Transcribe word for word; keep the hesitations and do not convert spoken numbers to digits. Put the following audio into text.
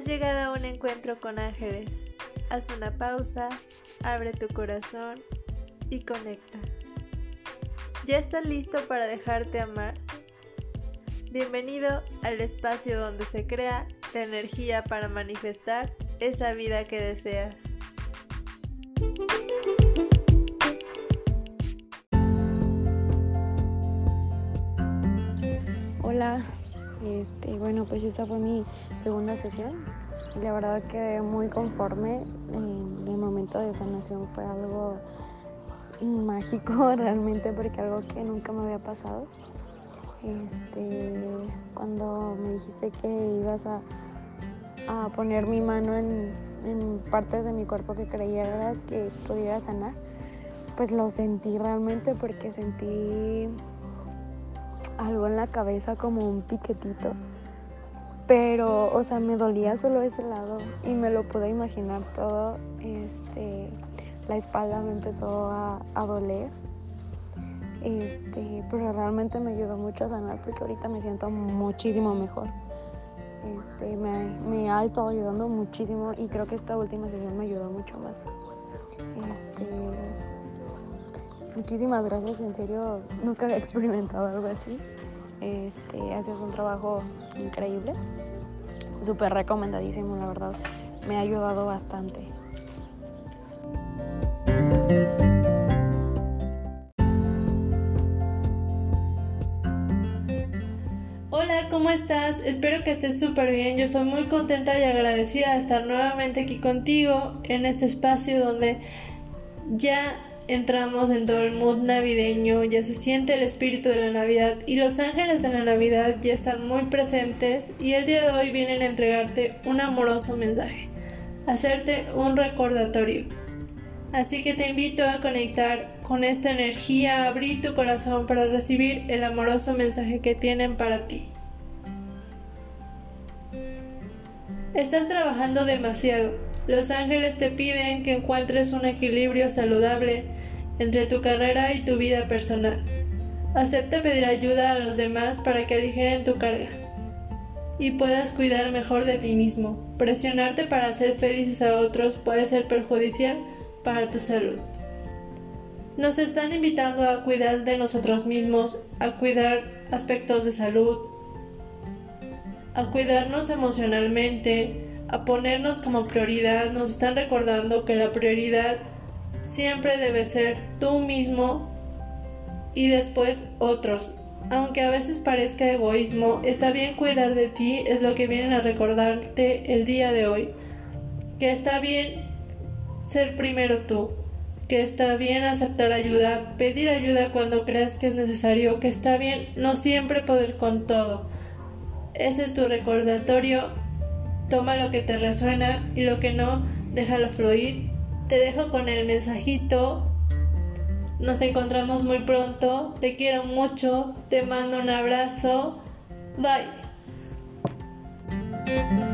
Has llegado a un encuentro con ángeles. Haz una pausa, abre tu corazón y conecta. ¿Ya estás listo para dejarte amar? Bienvenido al espacio donde se crea la energía para manifestar esa vida que deseas. Hola, este, bueno, pues esta fue mi segunda sesión. La verdad quedé muy conforme. Eh, el momento de sanación fue algo mágico realmente, porque algo que nunca me había pasado. Este, cuando me dijiste que ibas a, a poner mi mano en, en partes de mi cuerpo que creyeras que pudiera sanar, pues lo sentí realmente, porque sentí algo en la cabeza, como un piquetito, pero, o sea, me dolía solo ese lado y me lo pude imaginar todo. Este, la espalda me empezó a, a doler, este, pero realmente me ayudó mucho a sanar, porque ahorita me siento muchísimo mejor. Este, me, me ha estado ayudando muchísimo y creo que esta última sesión me ayudó mucho más. Este, Muchísimas gracias, en serio, nunca había experimentado algo así. Este, haces un trabajo increíble, súper recomendadísimo, la verdad, me ha ayudado bastante. Hola, ¿cómo estás? Espero que estés súper bien. Yo estoy muy contenta y agradecida de estar nuevamente aquí contigo en este espacio donde ya entramos en todo el mood navideño, ya se siente el espíritu de la Navidad y los ángeles de la Navidad ya están muy presentes, y el día de hoy vienen a entregarte un amoroso mensaje, hacerte un recordatorio. Así que te invito a conectar con esta energía, a abrir tu corazón para recibir el amoroso mensaje que tienen para ti. Estás trabajando demasiado. Los ángeles te piden que encuentres un equilibrio saludable entre tu carrera y tu vida personal. Acepta pedir ayuda a los demás para que aligeren tu carga y puedas cuidar mejor de ti mismo. Presionarte para hacer felices a otros puede ser perjudicial para tu salud. Nos están invitando a cuidar de nosotros mismos, a cuidar aspectos de salud, a cuidarnos emocionalmente, a ponernos como prioridad. Nos están recordando que la prioridad siempre debe ser tú mismo y después otros. Aunque a veces parezca egoísmo, está bien cuidar de ti, es lo que vienen a recordarte el día de hoy. Que está bien ser primero tú, que está bien aceptar ayuda, pedir ayuda cuando creas que es necesario, que está bien no siempre poder con todo. Ese es tu recordatorio. Toma lo que te resuena y lo que no, déjalo fluir. Te dejo con el mensajito. Nos encontramos muy pronto. Te quiero mucho. Te mando un abrazo. Bye.